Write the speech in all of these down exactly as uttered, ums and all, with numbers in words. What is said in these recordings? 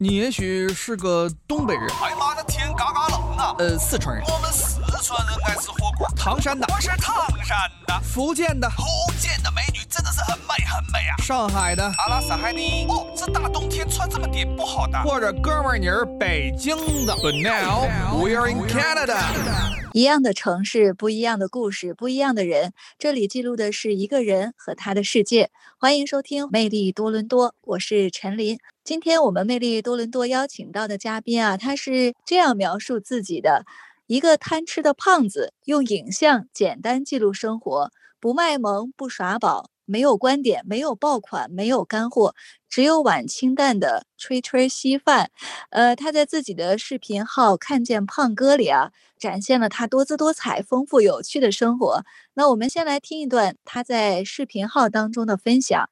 你也许是个东北人。 哎呀妈的，天嘎嘎冷啊！ 呃，四川人。 我们四川人爱吃火锅。 唐山的。 我是唐山的。 福建的。 福建的美女真的是很美很美啊。 上海的。 阿拉斯海尼。哦，这大冬天穿这么点不好的。 或者哥们儿你是北京的。But now we are in Canada。 一样的城市，不一样的故事，不一样的人。这里记录的是一个人和他的世界。欢迎收听《魅力多伦多》，我是陈琳。今天我们魅力多伦多邀请到的嘉宾啊，他是这样描述自己的：一个贪吃的胖子，用影像简单记录生活，不卖萌，不耍宝，没有观点，没有爆款，没有干货，只有碗清淡的吹吹稀饭。呃，他在自己的视频号看见胖哥里啊，展现了他多姿多彩、丰富有趣的生活。那我们先来听一段他在视频号当中的分享。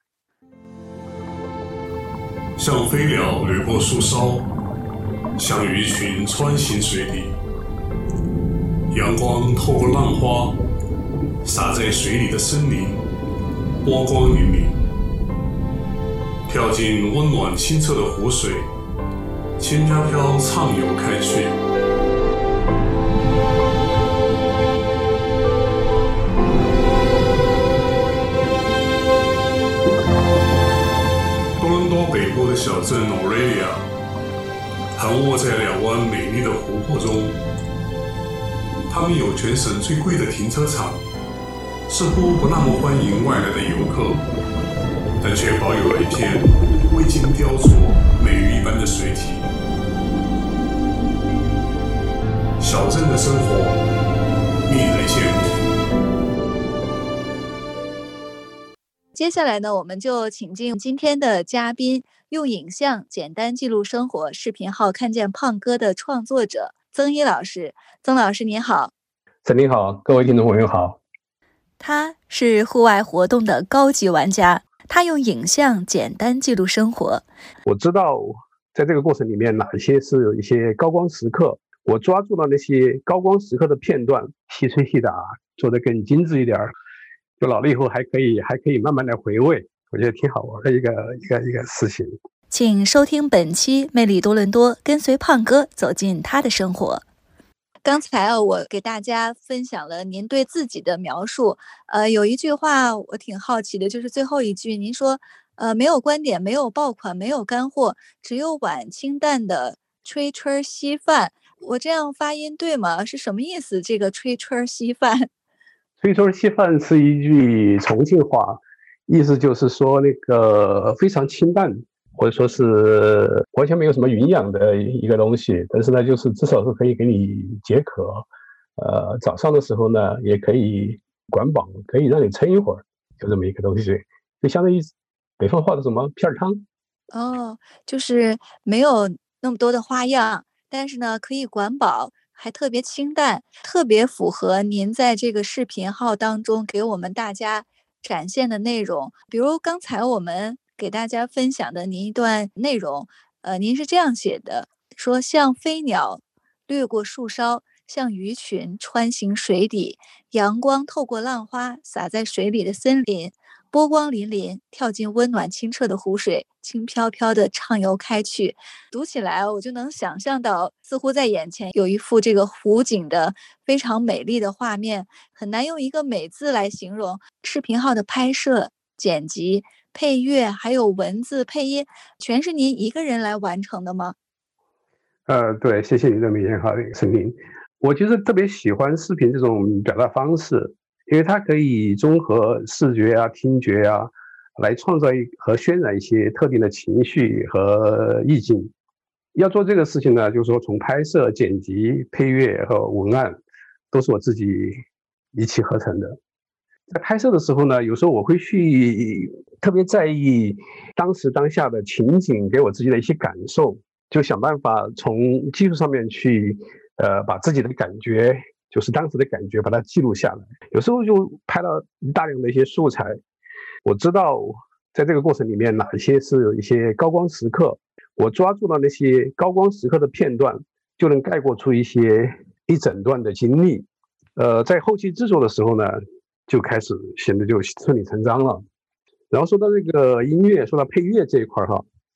像飞鸟掠过树梢，像鱼群穿行水底，阳光透过浪花洒在水里的森林，波光粼粼，跳进温暖清澈的湖水，轻飘飘畅游开去。多伦多北部的小镇 Orillia 盘卧在两湾美丽的湖泊中，它们有全省最贵的停车场，似乎不那么欢迎外来的游客，但却保有了一片未经雕琢、美玉一般的水体。小镇的生活令人羡慕。 接下来呢，我们就请进今天的嘉宾，用影像简单记录生活视频号看见胖哥的创作者曾一老师。曾老师您好。 陈您好，各位听众朋友好。 他是户外活动的高级玩家，他用影像简单记录生活。 我知道在这个过程里面哪一些是有一些高光时刻，我抓住了那些高光时刻的片段，细吹细打，做得更精致一点，就老了以后还可以还可以慢慢来回味，我觉得挺好玩的一个一个一个事情。 请收听本期魅力多伦多，跟随胖哥走进他的生活。刚才啊，我给大家分享了您对自己的描述，呃，有一句话我挺好奇的，就是最后一句，您说，呃，没有观点，没有爆款，没有干货，只有碗清淡的吹吹稀饭。我这样发音对吗？是什么意思？这个吹吹稀饭？ 吹吹稀饭是一句重庆话，意思就是说那个非常清淡，或者说是完全没有什么营养的一个东西，但是呢，就是至少是可以给你解渴。呃，早上的时候呢，也可以管饱，可以让你撑一会儿，就这么一个东西，就相当于北方话的什么片汤。 哦，就是没有那么多的花样，但是呢，可以管饱，还特别清淡，特别符合您在这个视频号当中给我们大家展现的内容。比如刚才我们给大家分享的您一段内容，呃，您是这样写的，说像飞鸟掠过树梢，像鱼群穿行水底，阳光透过浪花洒在水里的森林，波光粼粼，跳进温暖清澈的湖水，轻飘飘地畅游开去。读起来我就能想象到，似乎在眼前有一幅这个湖景的非常美丽的画面，很难用一个美字来形容。视频号的拍摄、剪辑、配乐还有文字配音，全是您一个人来完成的吗？ 呃，对，谢谢你的美言好的声明。我其实特别喜欢视频这种表达方式，因为它可以综合视觉啊、听觉啊，来创造一和渲染一些特定的情绪和意境。要做这个事情呢，就是说从拍摄、剪辑、配乐和文案都是我自己一气呵成的。在拍摄的时候呢，有时候我会去特别在意当时当下的情景给我自己的一些感受，就想办法从技术上面去呃把自己的感觉，就是当时的感觉把它记录下来。有时候就拍到大量的一些素材，我知道在这个过程里面哪一些是有一些高光时刻，我抓住了那些高光时刻的片段，就能概括出一些一整段的经历。呃，在后期制作的时候呢，就开始显得就顺理成章了。然后说到这个音乐，说到配乐这一块哈，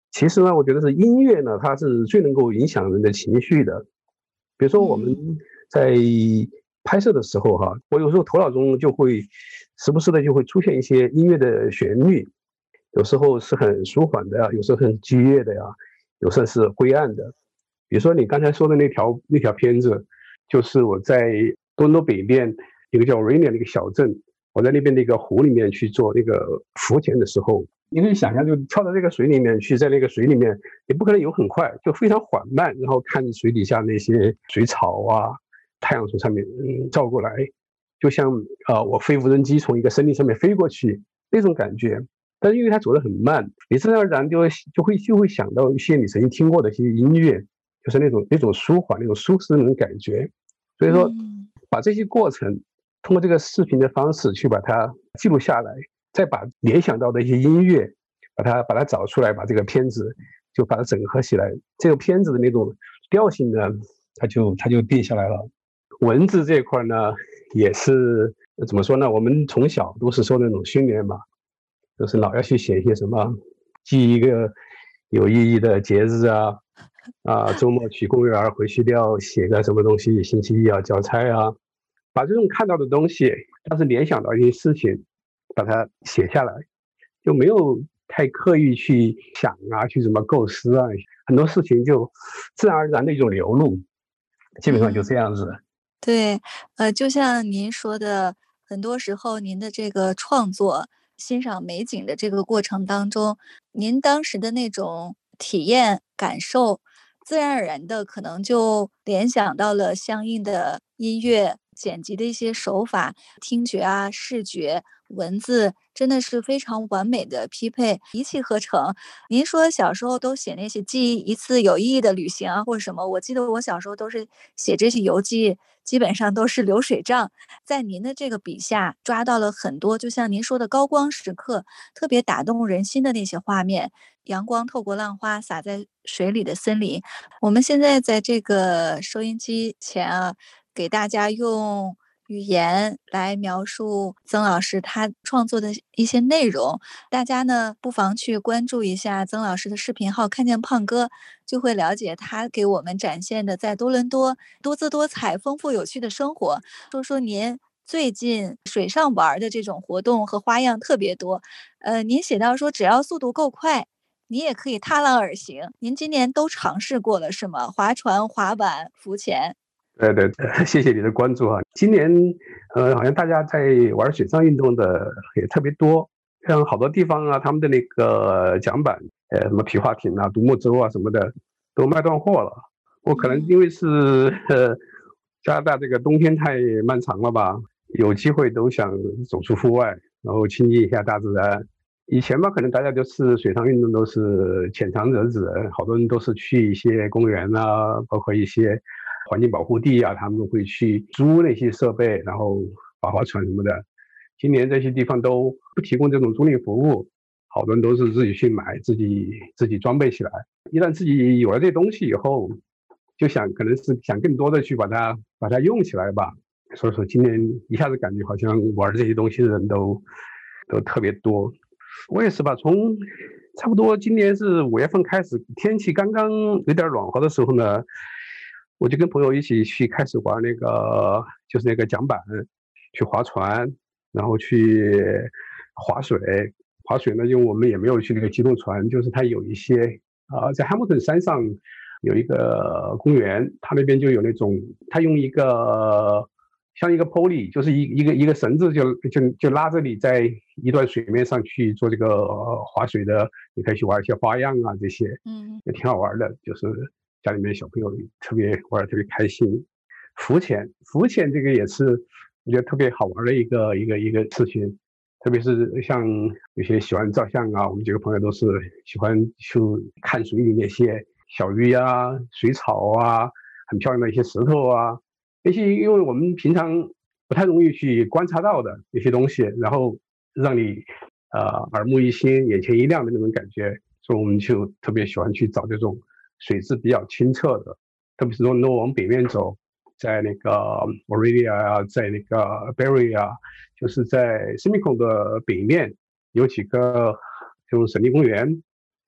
其实呢，我觉得是音乐呢，它是最能够影响人的情绪的。比如说我们在拍摄的时候哈，我有时候头脑中就会时不时的就会出现一些音乐的旋律，有时候是很舒缓的呀，有时候很激烈的呀，有时候是灰暗的。比如说你刚才说的那条那条片子，就是我在多伦多北边一个叫 Rainier 的一个小镇，我在那边的一个湖里面去做那个浮潜的时候，你可以想象，就跳到这个水里面去，在那个水里面也不可能游很快，就非常缓慢，然后看水底下那些水草啊，太阳从上面嗯照过来，就像呃我飞无人机从一个森林上面飞过去那种感觉。但是因为它走得很慢，你自然而然就会就会就会想到一些你曾经听过的一些音乐，就是那种那种舒缓、那种舒适的那种感觉。所以说，把这些过程通过这个视频的方式去把它记录下来，再把联想到的一些音乐，把它把它找出来，把这个片子就把它整合起来，这个片子的那种调性呢，它就它就定下来了。文字这一块呢，也是怎么说呢？我们从小都是受那种训练嘛，就是老要去写一些什么，记一个有意义的节日啊，啊，周末去公园回去要写个什么东西，星期一要交差啊，把这种看到的东西，但是联想到一些事情，把它写下来，就没有太刻意去想啊，去怎么构思啊，很多事情就自然而然的一种流露，基本上就这样子。 嗯、对，呃，就像您说的，很多时候您的这个创作、欣赏美景的这个过程当中，您当时的那种体验感受，自然而然的可能就联想到了相应的音乐剪辑的一些手法，听觉啊、视觉、文字，真的是非常完美的匹配，一气呵成。您说小时候都写那些记忆一次有意义的旅行啊，或者什么，我记得我小时候都是写这些游记，基本上都是流水账。在您的这个笔下，抓到了很多，就像您说的高光时刻，特别打动人心的那些画面。阳光透过浪花洒在水里的森林，我们现在在这个收音机前啊，给大家用语言来描述曾老师他创作的一些内容，大家呢不妨去关注一下曾老师的视频号，看见胖哥就会了解他给我们展现的在多伦多多姿多彩、丰富有趣的生活。说说您最近水上玩的这种活动和花样特别多，呃，您写到说只要速度够快，你也可以踏浪而行。您今年都尝试过了是吗？划船、滑板、浮潜。 对对对，谢谢你的关注啊！今年，呃，好像大家在玩水上运动的也特别多，像好多地方啊，他们的那个桨板，呃，什么皮划艇啊、独木舟啊什么的，都卖断货了。我可能因为是呃加拿大这个冬天太漫长了吧，有机会都想走出户外，然后亲近一下大自然。以前嘛，可能大家都是水上运动都是浅尝辄止，好多人都是去一些公园啊，包括一些环境保护地啊，他们会去租那些设备，然后划划船什么的。今年这些地方都不提供这种租赁服务，好多人都是自己去买，自己自己装备起来。一旦自己有了这东西以后，就想可能是想更多的去把它把它用起来吧。所以说今年一下子感觉好像玩这些东西的人都都特别多。我也是吧，从差不多今年是五月份开始，天气刚刚有点暖和的时候呢，我就跟朋友一起去开始玩那个，就是那个桨板，去划船，然后去划水。划水呢，因为我们也没有去那个机动船，就是它有一些啊、呃，在汉密顿山上有一个公园，它那边就有那种，它用一个像一个 pulley， 就是一一个一个绳子就就就拉着你在一段水面上去做这个、呃、划水的，你可以去玩一些花样啊，这些，嗯，也挺好玩的，就是家里面小朋友特别玩得特别开心。浮潜，浮潜这个也是我觉得特别好玩的一个一个一个事情，特别是像有些喜欢照相啊，我们几个朋友都是喜欢去看水里那些小鱼啊、水草啊，很漂亮的一些石头啊。那些因为我们平常不太容易去观察到的一些东西，然后让你呃耳目一新、眼前一亮的那种感觉，所以我们就特别喜欢去找这种水质比较清澈的，特别是如果往北面走，在那个 Orillia 啊，在那个 Barrie 啊，就是在 Simcoe 的北面有几个这种省立公园，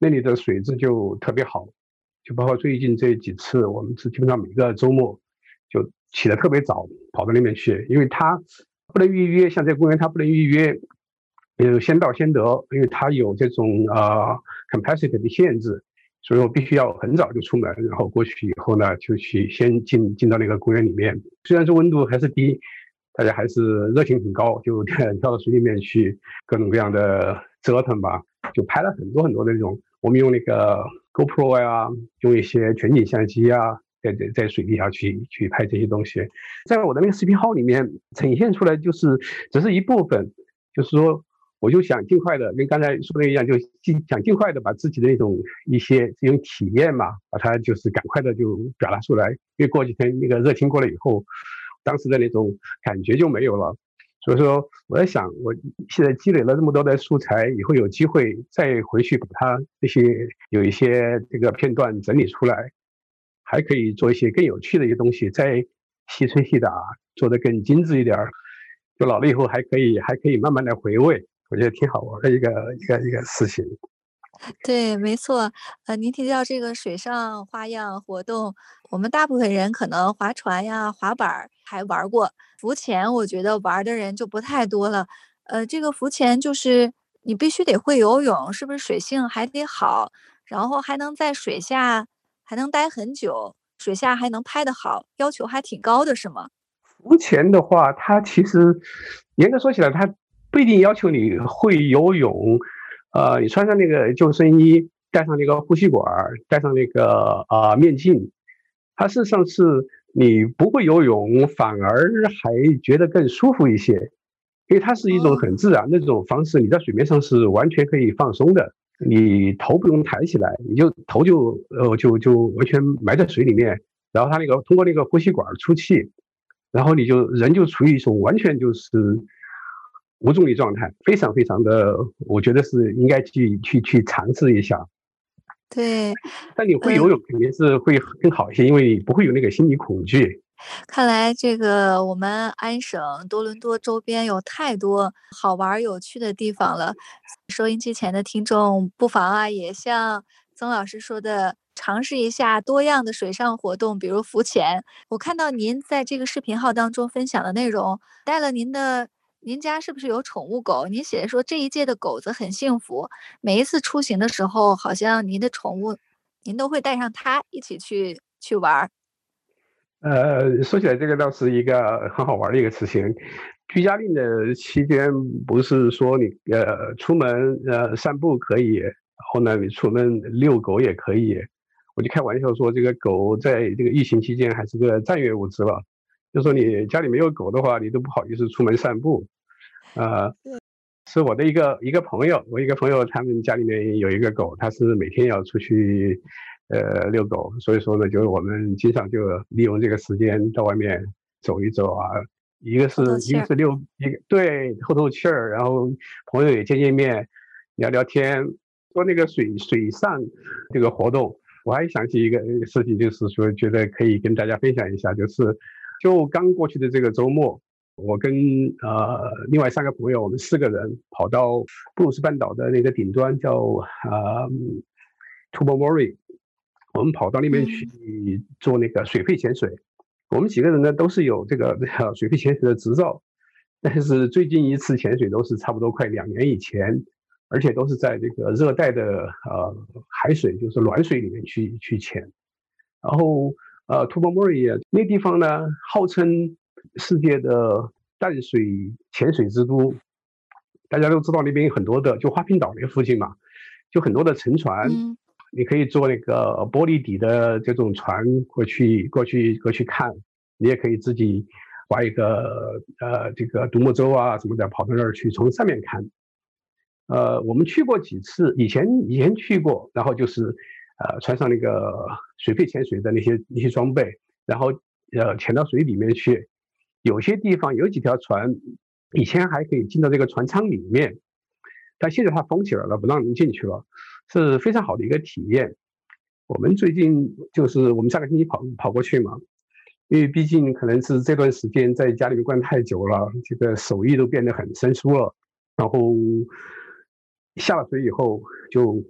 那里的水质就特别好，就包括最近这几次，我们是基本上每个周末就起得特别早，跑到那边去，因为它不能预约，像这个公园它不能预约，呃，先到先得，因为它有这种呃 capacity 的限制，所以我必须要很早就出门，然后过去以后呢，就去先进进到那个公园里面。虽然说温度还是低，大家还是热情很高，就跳到水里面去各种各样的折腾吧，就拍了很多很多的那种。我们用那个 GoPro 呀，用一些全景相机啊，在在在水底下去去拍这些东西。在我的那个视频号里面呈现出来，就是只是一部分，就是说。我就想尽快的跟刚才说的一样，就尽想尽快的把自己的那种一些这种体验嘛，把它就是赶快的就表达出来。因为过几天那个热情过了以后，当时的那种感觉就没有了。所以说我在想，我现在积累了这么多的素材，以后有机会再回去把它这些有一些这个片段整理出来，还可以做一些更有趣的一些东西，再细吹细打，做得更精致一点。就老了以后还可以还可以慢慢的回味。我觉得挺好玩的一个一个一个事情。 对，没错。呃，您提到这个水上花样活动，我们大部分人可能划船呀、滑板还玩过，浮潜我觉得玩的人就不太多了。呃，这个浮潜就是你必须得会游泳，是不是水性还得好，然后还能在水下还能待很久，水下还能拍得好，要求还挺高的，是吗？ 浮潜的话，它其实严格说起来，它不一定要求你会游泳，呃，你穿上那个救生衣，戴上那个呼吸管，戴上那个呃面镜，它事实上是你不会游泳，反而还觉得更舒服一些，因为它是一种很自然的这种方式，你在水面上是完全可以放松的，你头不用抬起来，你就头就呃就就完全埋在水里面，然后它那个通过那个呼吸管出气，然后你就人就处于一种完全就是无重力状态，非常非常的，我觉得是应该去去去尝试一下。 对， 但你会游泳肯定是会更好一些，因为你不会有那个心理恐惧。 看来这个我们安省多伦多周边有太多好玩有趣的地方了。收音机前的听众不妨啊，也像曾老师说的，尝试一下多样的水上活动，比如浮潜。我看到您在这个视频号当中分享的内容，带了您的。您家是不是有宠物狗？您写说这一届的狗子很幸福，每一次出行的时候，好像您的宠物，您都会带上它一起去去玩。 呃，说起来这个倒是一个很好玩的一个事情。居家令的期间，不是说你呃出门呃散步可以，然后呢你出门遛狗也可以。我就开玩笑说，这个狗在这个疫情期间还是个战略物资了。就说你家里没有狗的话，你都不好意思出门散步。呃，是我的一个一个朋友，我一个朋友他们家里面有一个狗，他是每天要出去呃遛狗，所以说呢，就是我们经常就利用这个时间到外面走一走啊。一个是一个是遛一个对透透气儿，然后朋友也见见面，聊聊天。说那个水水上这个活动，我还想起一个事情，就是说觉得可以跟大家分享一下，就是。就刚过去的这个周末，我跟呃另外三个朋友，我们四个人跑到布鲁斯半岛的那个顶端，叫呃 Tobermory， 我们跑到那边去做那个水肺潜水。我们几个人呢都是有这个水肺潜水的执照，但是最近一次潜水都是差不多快两年以前，而且都是在这个热带的呃海水，就是暖水里面去去潜，然后。呃 Tobermory 那地方呢，号称世界的淡水潜水之都。大家都知道那边有很多的，就花瓶岛那附近嘛，就很多的沉船，嗯、你可以坐那个玻璃底的这种船过去过去过去看，你也可以自己划一个呃这个独木舟啊什么的，跑到那儿去从上面看。呃，我们去过几次，以前以前去过，然后就是。呃，穿上那个水肺潜水的那些那些装备，然后呃潜到水里面去。有些地方有几条船，以前还可以进到这个船舱里面，但现在它封起来了，不让人进去了，是非常好的一个体验。我们最近就是我们上个星期跑跑过去嘛，因为毕竟可能是这段时间在家里面关太久了，这个手艺都变得很生疏了，然后下了水以后就。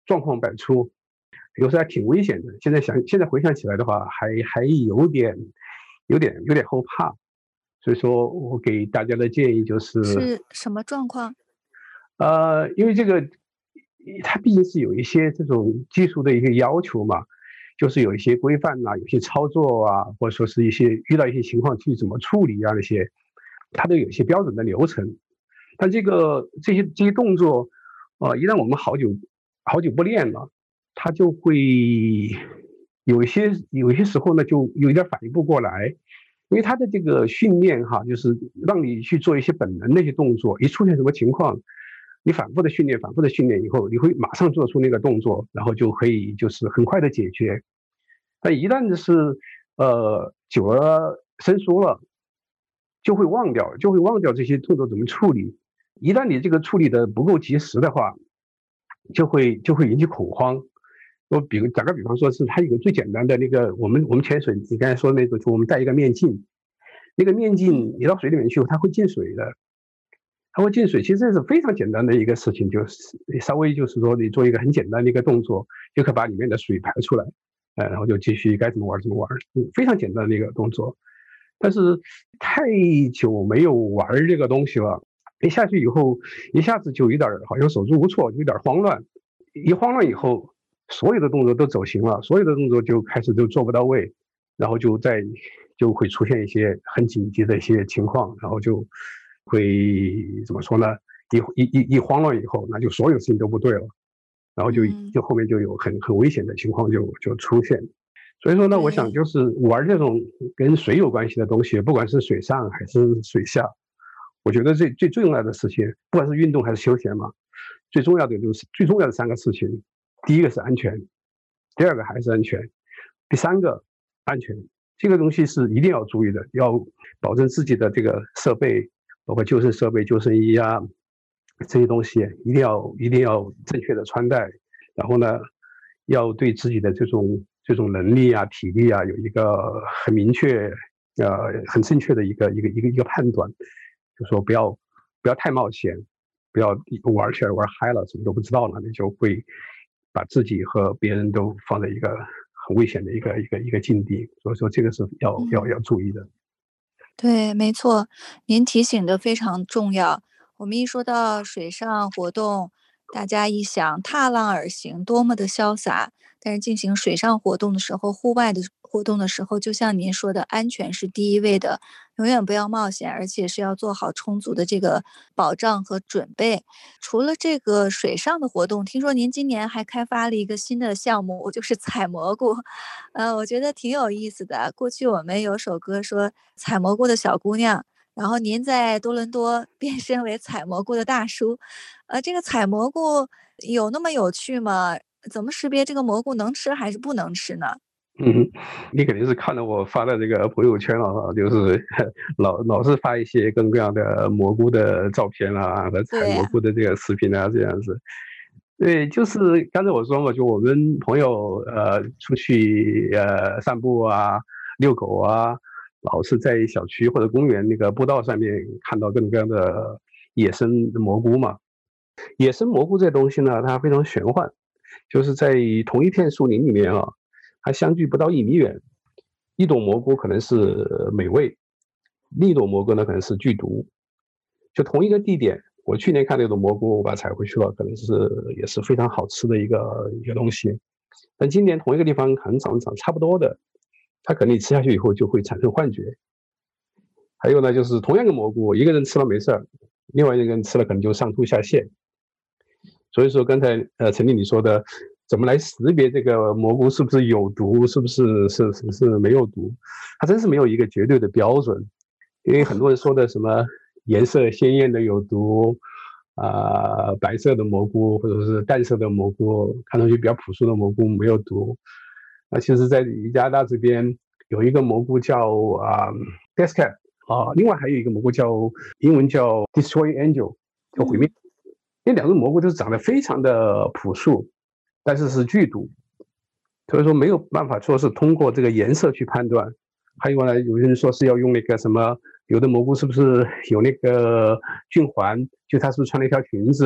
状况百出，有时候还挺危险的。现在想，现在回想起来的话，还还有点有点有点后怕。所以说我给大家的建议就是是什么状况？ 呃，因为这个它毕竟是有一些这种技术的一个要求嘛，就是有一些规范呐、啊，有些操作啊，或者说是一些遇到一些情况去怎么处理啊，那些它都有一些标准的流程。但这个这些这些动作，呃，一旦我们好久好久不练了，它就会有一些有一些时候呢，就有一点反应不过来。因为它的这个训练哈，就是让你去做一些本能的一些动作，一出现什么情况，你反复的训练，反复的训练以后，你会马上做出那个动作，然后就可以就是很快的解决。但一旦是呃久了生疏了，就会忘掉，就会忘掉这些动作怎么处理。一旦你这个处理的不够及时的话，就会就会引起恐慌。我比如打个比方说，是它有个最简单的那个，我们我们潜水，你刚才说的那种，就我们戴一个面镜，那个面镜你到水里面去，它会进水的，它会进水。其实这是非常简单的一个事情，就是稍微就是说你做一个很简单的一个动作，就可以把里面的水排出来，呃，然后就继续该怎么玩怎么玩，非常简单的一个动作。但是太久没有玩这个东西了，一下去以后，一下子就有点好像手足无措，有点慌乱，一慌乱以后。所有的动作都走形了，所有的动作就开始都做不到位，然后就在就会出现一些很紧急的一些情况，然后就会怎么说呢？一一一一慌乱以后，那就所有事情都不对了，然后就就后面就有很很危险的情况就就出现。所以说呢，我想就是玩这种跟水有关系的东西，不管是水上还是水下，我觉得最最重要的事情，不管是运动还是休闲嘛，最重要的就是最重要的三个事情。第一个是安全，第二个还是安全，第三个安全，这个东西是一定要注意的，要保证自己的这个设备，包括救生设备、救生衣啊这些东西，一定要一定要正确的穿戴，然后呢，要对自己的这种这种能力啊、体力啊有一个很明确、呃很正确的一个一个一个一个判断，就说不要不要太冒险，不要玩起来玩嗨了，什么都不知道了，你就会。把自己和别人都放在一个很危险的一个一个一个境地，所以说这个是要要要注意的。 对，没错，您提醒的非常重要。我们一说到水上活动，大家一想踏浪而行，多么的潇洒。但是进行水上活动的时候，户外的活动的时候，就像您说的，安全是第一位的，永远不要冒险，而且是要做好充足的这个保障和准备。除了这个水上的活动，听说您今年还开发了一个新的项目，就是采蘑菇，呃，我觉得挺有意思的。过去我们有首歌说采蘑菇的小姑娘，然后您在多伦多变身为采蘑菇的大叔，呃，这个采蘑菇有那么有趣吗？怎么识别这个蘑菇能吃还是不能吃呢？ 嗯，你肯定是看了我发的这个朋友圈了哈，就是老老是发一些各种各样的蘑菇的照片啊和采蘑菇的这个视频啊，这样子。对，就是刚才我说嘛，就我们朋友呃出去呃散步啊、遛狗啊，老是在小区或者公园那个步道上面看到各种各样的野生的蘑菇嘛。野生蘑菇这东西呢，它非常玄幻。就是在同一片树林里面啊，它相距不到一米远，一朵蘑菇可能是美味，另一朵蘑菇呢可能是剧毒。就同一个地点，我去年看那朵蘑菇，我把它采回去了，可能是也是非常好吃的一个一个东西。但今年同一个地方可能长长差不多的，它可能你吃下去以后就会产生幻觉。还有呢，就是同样的蘑菇，一个人吃了没事儿，另外一个人吃了可能就上吐下泻。所以说刚才呃陈丽你说的怎么来识别这个蘑菇是不是有毒，是不是是是是没有毒，它真是没有一个绝对的标准。因为很多人说的什么颜色鲜艳的有毒啊、呃，白色的蘑菇或者是淡色的蘑菇，看上去比较朴素的蘑菇没有毒。那其实在加拿大这边有一个蘑菇叫啊 Death Cap 啊，另外还有一个蘑菇叫英文叫 Destroy Angel， 叫毁灭。嗯，那两种蘑菇都是长得非常的朴素，但是是剧毒，所以说没有办法说是通过这个颜色去判断。还有呢，有人说是要用那个什么，有的蘑菇是不是有那个菌环，就它是不是穿了一条裙子，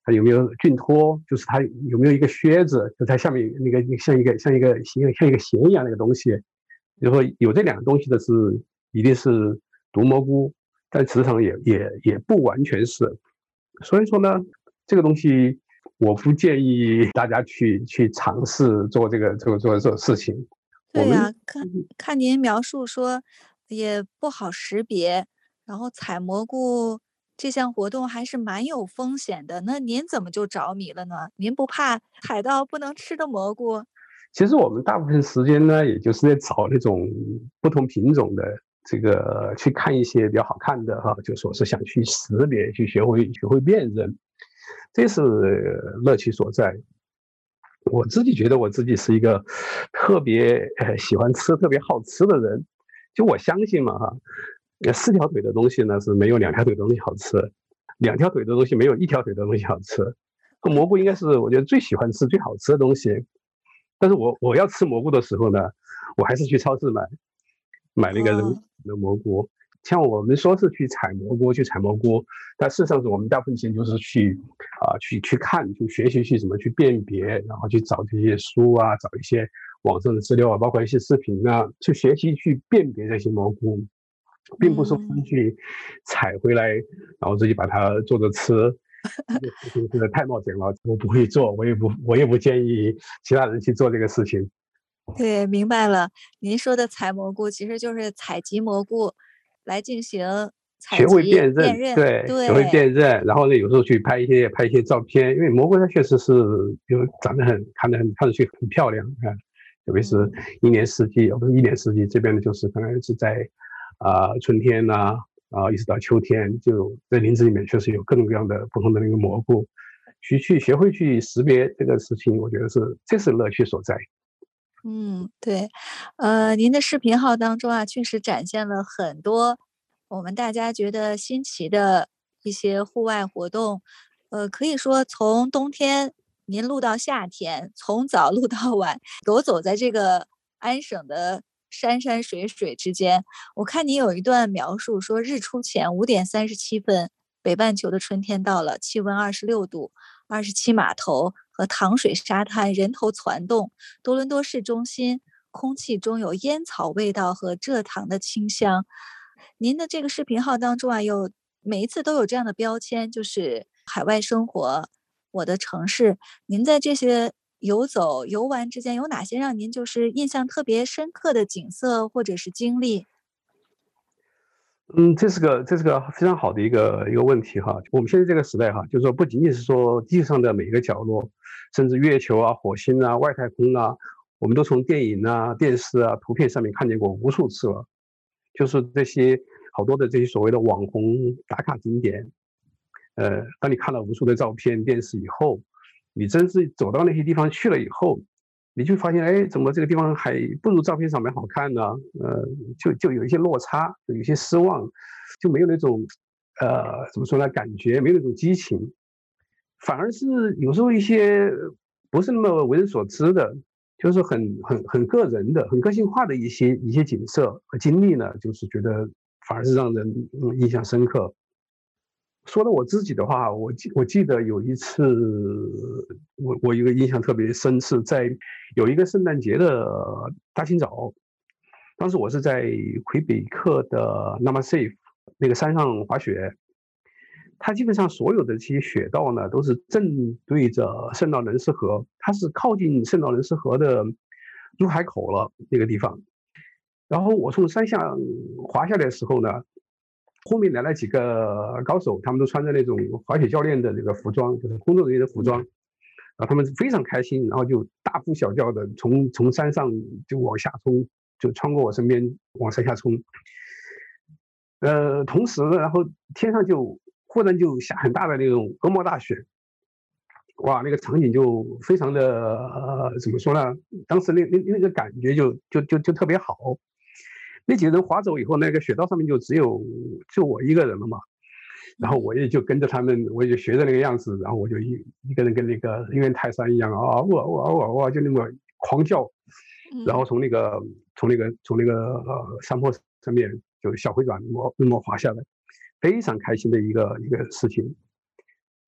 它有没有菌脱，就是它有没有一个靴子，就它下面那个像一个像一个像像一个弦一样那个东西。就说有这两个东西的是一定是毒蘑菇，但实际上也也也不完全是。所以说呢，这个东西我不建议大家去去尝试做这个做做这事情。 对呀、啊，看看您描述说也不好识别，然后采蘑菇这项活动还是蛮有风险的。那您怎么就着迷了呢？您不怕采到不能吃的蘑菇？ 其实我们大部分时间呢，也就是在找那种不同品种的这个去看一些比较好看的哈，就说是想去识别，去学会学会辨认，这是乐趣所在。我自己觉得我自己是一个特别呃喜欢吃、特别好吃的人，就我相信嘛哈，四条腿的东西呢是没有两条腿的东西好吃，两条腿的东西没有一条腿的东西好吃。蘑菇应该是我觉得最喜欢吃、最好吃的东西。但是我我要吃蘑菇的时候呢，我还是去超市买买那个人的蘑菇。像我们说是去采蘑菇，去采蘑菇，但事实上是我们大部分时间就是去啊、呃、去去看、去学习、去怎么去辨别，然后去找这些书啊，找一些网上的资料啊，包括一些视频啊，去学习去辨别这些蘑菇，并不是去采回来，然后自己把它做着吃。这个太冒险了，我不会做，我也不我也不建议其他人去做这个事情。 对，明白了。您说的采蘑菇其实就是采集蘑菇来进行采集学会辨认， 辨认对， 对， 学会辨认。然后呢，有时候去拍一些拍一些照片，因为蘑菇它确实是就长得很看得很看上去很漂亮啊，特别是一年四季，不是一年四季，这边呢就是可能是在啊、呃、春天呐、啊。啊，一直到秋天，就在林子里面确实有各种各样的不同的那个蘑菇，去去学会去识别这个事情，我觉得是这是乐趣所在。 嗯，对，呃，您的视频号当中啊，确实展现了很多我们大家觉得新奇的一些户外活动，呃，可以说从冬天您录到夏天，从早录到晚，游走在这个安省的山山水水之间。我看你有一段描述说，日出前五点三十七分，北半球的春天到了，气温二十六度，二十七码头和糖水沙滩人头攒动，多伦多市中心空气中有烟草味道和蔗糖的清香。您的这个视频号当中啊，有每一次都有这样的标签，就是海外生活，我的城市。您在这些游走游玩之间有哪些让您就是印象特别深刻的景色或者是经历？ 嗯，这是个这是个非常好的一个一个问题哈。我们现在这个时代哈，就是说不仅仅是说地上的每一个角落，甚至月球啊、火星啊、外太空啊，我们都从电影啊、电视啊、图片上面看见过无数次了。就是这些好多的这些所谓的网红打卡景点，呃，当你看了无数的照片、电视以后，你真是走到那些地方去了以后，你就发现，哎，怎么这个地方还不如照片上面好看呢？呃，就就有一些落差，有一些失望，就没有那种，呃，怎么说呢？感觉没有那种激情，反而是有时候一些不是那么为人所知的，就是很很很个人的、很个性化的一些一些景色和经历呢，就是觉得反而是让人嗯印象深刻。说到我自己的话，我记我记得有一次，我我一个印象特别深，是在有一个圣诞节的大清早，当时我是在魁北克的 Namasafe 那个山上滑雪，它基本上所有的这些雪道呢，都是正对着圣劳伦斯河，它是靠近圣劳伦斯河的入海口了那个地方。然后我从山下滑下来的时候呢，后面来了几个高手，他们都穿着那种滑雪教练的这个服装，就是工作人员的服装，然后他们非常开心，然后就大呼小叫的从从山上就往下冲，就穿过我身边往山下冲。呃，同时呢，然后天上就忽然就下很大的那种鹅毛大雪，哇，那个场景就非常的呃，怎么说呢？当时那那那个感觉就就就就特别好。那几个人滑走以后，那个雪道上面就只有就我一个人了嘛，然后我也就跟着他们，我也就学着那个样子，然后我就一一个人跟那个因为泰山一样啊，哇哇哇哇就那么狂叫，然后从那个从那个从那个呃山坡上面就小回转那么那么滑下来，非常开心的一个一个事情。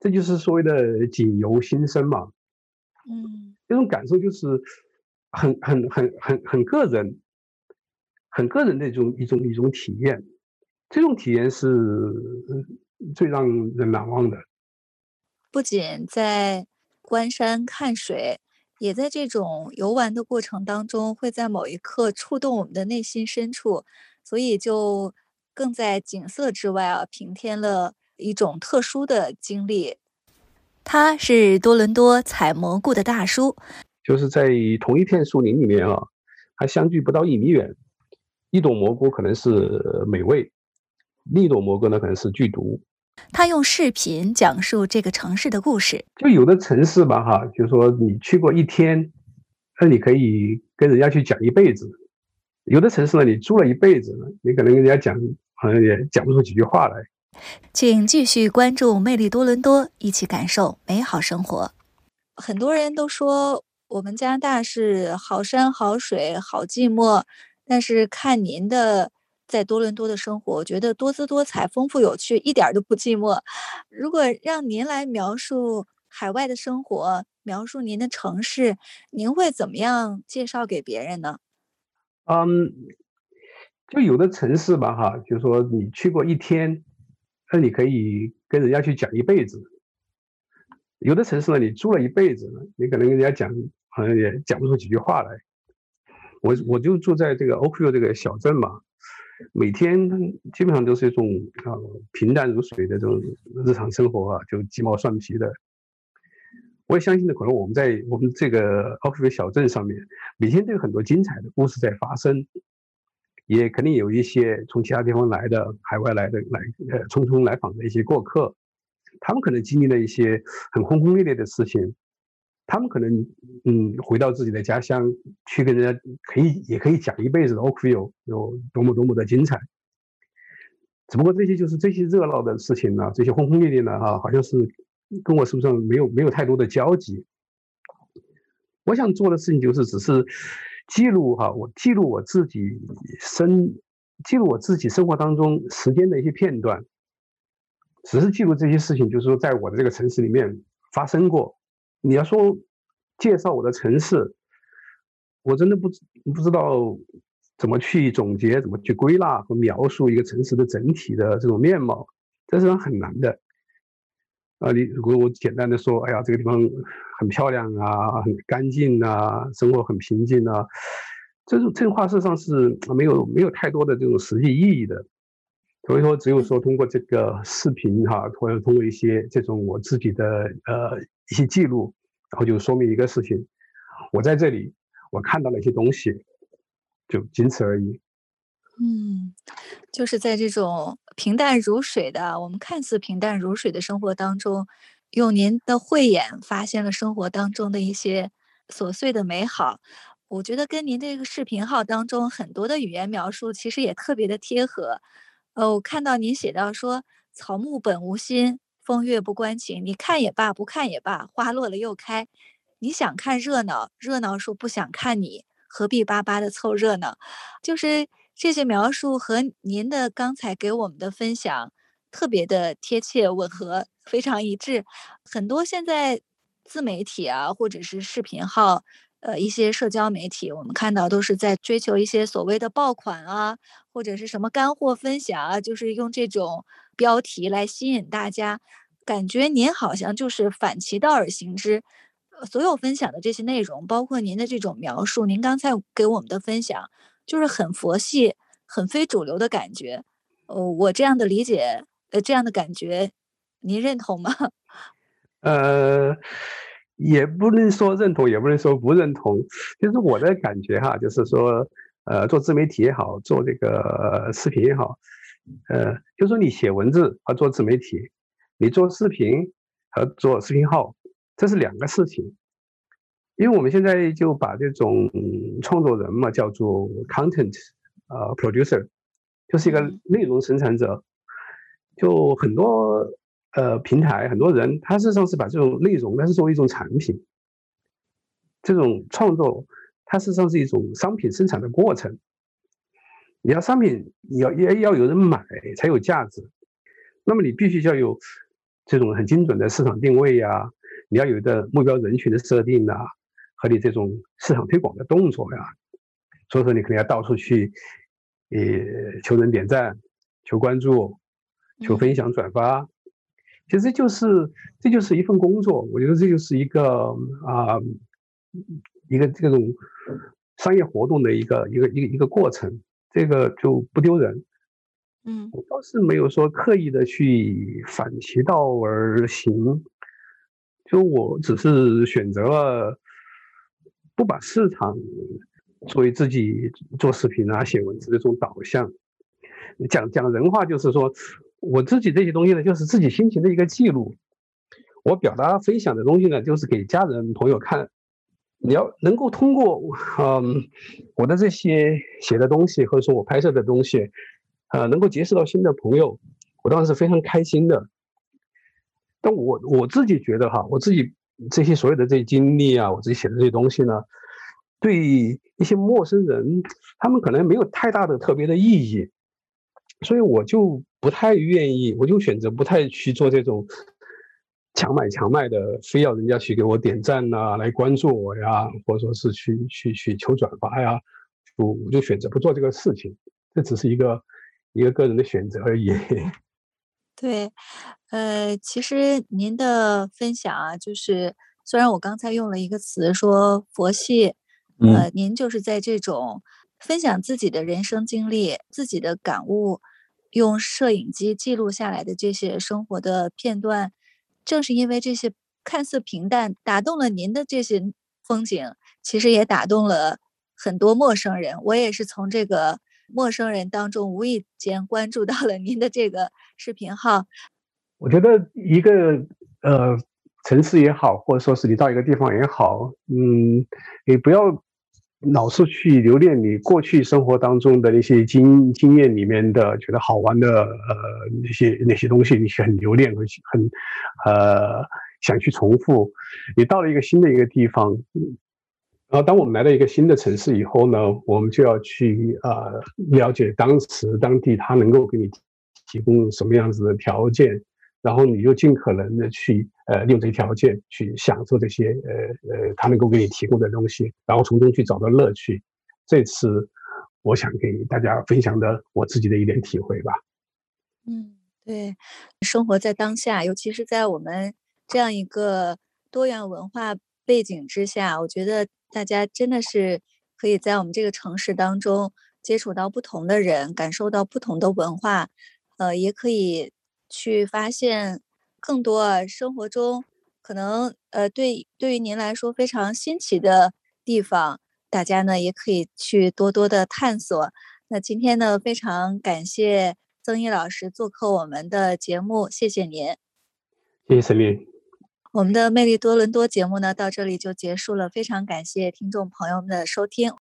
这就是所谓的景由心生嘛。 嗯， 这种感受就是很很很很很个人，很个人的一种一种一种体验。这种体验是最让人难忘的。 不仅在观山看水，也在这种游玩的过程当中，会在某一刻触动我们的内心深处，所以就更在景色之外啊，平添了一种特殊的经历。他是多伦多采蘑菇的大叔， 就是在同一片树林里面啊，还相距不到一米远，一朵蘑菇可能是美味，另一朵蘑菇呢可能是剧毒。 他用视频讲述这个城市的故事。 就有的城市吧哈，就是说你去过一天，那你可以跟人家去讲一辈子；有的城市呢，你住了一辈子呢，你可能跟人家讲，好像也讲不出几句话来。 请继续关注魅力多伦多，一起感受美好生活。很多人都说我们加拿大是好山好水好寂寞，但是看您的在多伦多的生活，我觉得多姿多彩丰富有趣，一点都不寂寞。如果让您来描述海外的生活，描述您的城市，您会怎么样介绍给别人呢？ 嗯，就有的城市吧哈，就是说你去过一天，那你可以跟人家去讲一辈子；有的城市呢，你住了一辈子呢，你可能跟人家讲，好像也讲不出几句话来。我我就住在这个 Oakville 这个小镇嘛，每天基本上都是一种啊、呃、平淡如水的这种日常生活啊，就鸡毛蒜皮的。我也相信呢，可能我们在我们这个 Oakville 小镇上面，每天都有很多精彩的故事在发生，也肯定有一些从其他地方来的、海外来的来呃匆匆来访的一些过客，他们可能经历了一些很轰轰烈烈的事情，他们可能嗯回到自己的家乡去跟人家可以也可以讲一辈子的 Oakville 有多么多么的精彩。只不过这些就是这些热闹的事情呢，这些轰轰烈烈的啊，好像是跟我身上没有没有太多的交集。我想做的事情就是只是记录哈，我记录我自己生记录我自己生活当中时间的一些片段，只是记录这些事情，就是说在我的这个城市里面发生过。你要说介绍我的城市，我真的不不知道怎么去总结，怎么去归纳和描述一个城市的整体的这种面貌，这是很难的。啊，你如果我简单的说，哎呀，这个地方很漂亮啊，很干净啊，生活很平静啊，这种这种话事实上是没有没有太多的这种实际意义的。所以说，只有说通过这个视频哈，或者通过一些这种我自己的呃一些记录，然后就说明一个事情，我在这里我看到了一些东西，就仅此而已。 嗯，就是在这种平淡如水的，我们看似平淡如水的生活当中，用您的慧眼发现了生活当中的一些琐碎的美好。我觉得跟您这个视频号当中很多的语言描述其实也特别的贴合。呃，我看到您写到说草木本无心，风月不关情，你看也罢，不看也罢，花落了又开。你想看热闹，热闹说不想看你，何必巴巴的凑热闹。就是这些描述和您的刚才给我们的分享特别的贴切吻合，非常一致。很多现在自媒体啊，或者是视频号，呃，一些社交媒体，我们看到都是在追求一些所谓的爆款啊，或者是什么干货分享啊，就是用这种标题来吸引大家。感觉您好像就是反其道而行之，呃所有分享的这些内容，包括您的这种描述，您刚才给我们的分享，就是很佛系、很非主流的感觉。呃，我这样的理解，呃，这样的感觉，您认同吗？ 呃，也不能说认同，也不能说不认同，就是我的感觉哈，就是说，呃，做自媒体也好，做这个视频也好，呃，就说你写文字和做自媒体，你做视频和做视频号，这是两个事情。因为我们现在就把这种创作人嘛叫做 content 呃 producer， 就是一个内容生产者，就很多呃平台很多人，他事实上是把这种内容，它是作为一种产品，这种创作，它事实上是一种商品生产的过程。你要商品，你要也要有人买才有价值，那么你必须要有这种很精准的市场定位呀，你要有的目标人群的设定啊，和你这种市场推广的动作呀，所以说你可能要到处去，呃，求人点赞、求关注、求分享转发。嗯、其实这就是这就是一份工作，我觉得这就是一个啊、呃、一个这种商业活动的一个一个一个一个过程，这个就不丢人。 嗯， 我倒是没有说刻意的去反其道而行，就我只是选择了不把市场作为自己做视频啊、写文字的这种导向。讲讲人话就是说，我自己这些东西呢，就是自己心情的一个记录。我表达分享的东西呢，就是给家人朋友看。你要能够通过嗯我的这些写的东西，或者说我拍摄的东西，呃，能够结识到新的朋友，我当然是非常开心的。但我我自己觉得哈，我自己这些所有的这些经历啊，我自己写的这些东西呢，对一些陌生人，他们可能没有太大的特别的意义，所以我就不太愿意，我就选择不太去做这种强买强卖的，非要人家去给我点赞呐、啊，来关注我呀，或者说是去去去求转发呀，我我就选择不做这个事情，这只是一个一个个人的选择而已。 对，呃，其实您的分享啊，就是虽然我刚才用了一个词说佛系，呃， 嗯， 您就是在这种分享自己的人生经历、自己的感悟，用摄影机记录下来的这些生活的片段，正是因为这些看似平淡，打动了您的这些风景，其实也打动了很多陌生人。我也是从这个陌生人当中无意间关注到了您的这个视频号。 我觉得一个呃城市也好，或者说是你到一个地方也好，嗯，你不要老是去留恋你过去生活当中的那些经经验里面的觉得好玩的呃那些那些东西，你很留恋，很很呃想去重复。你到了一个新的一个地方，然后当我们来到一个新的城市以后呢，我们就要去呃了解当时当地他能够给你提供什么样子的条件，然后你就尽可能的去呃利用这些条件去享受这些呃呃他能够给你提供的东西，然后从中去找到乐趣。这次我想给大家分享的我自己的一点体会吧。 嗯，对，生活在当下，尤其是在我们这样一个多元文化背景之下，我觉得大家真的是可以在我们这个城市当中接触到不同的人，感受到不同的文化，呃，也可以去发现更多啊生活中可能呃对对于您来说非常新奇的地方，大家呢也可以去多多的探索。那今天呢，非常感谢曾毅老师做客我们的节目，谢谢您。 谢谢沈丽。 我们的魅力多伦多节目呢，到这里就结束了，非常感谢听众朋友们的收听。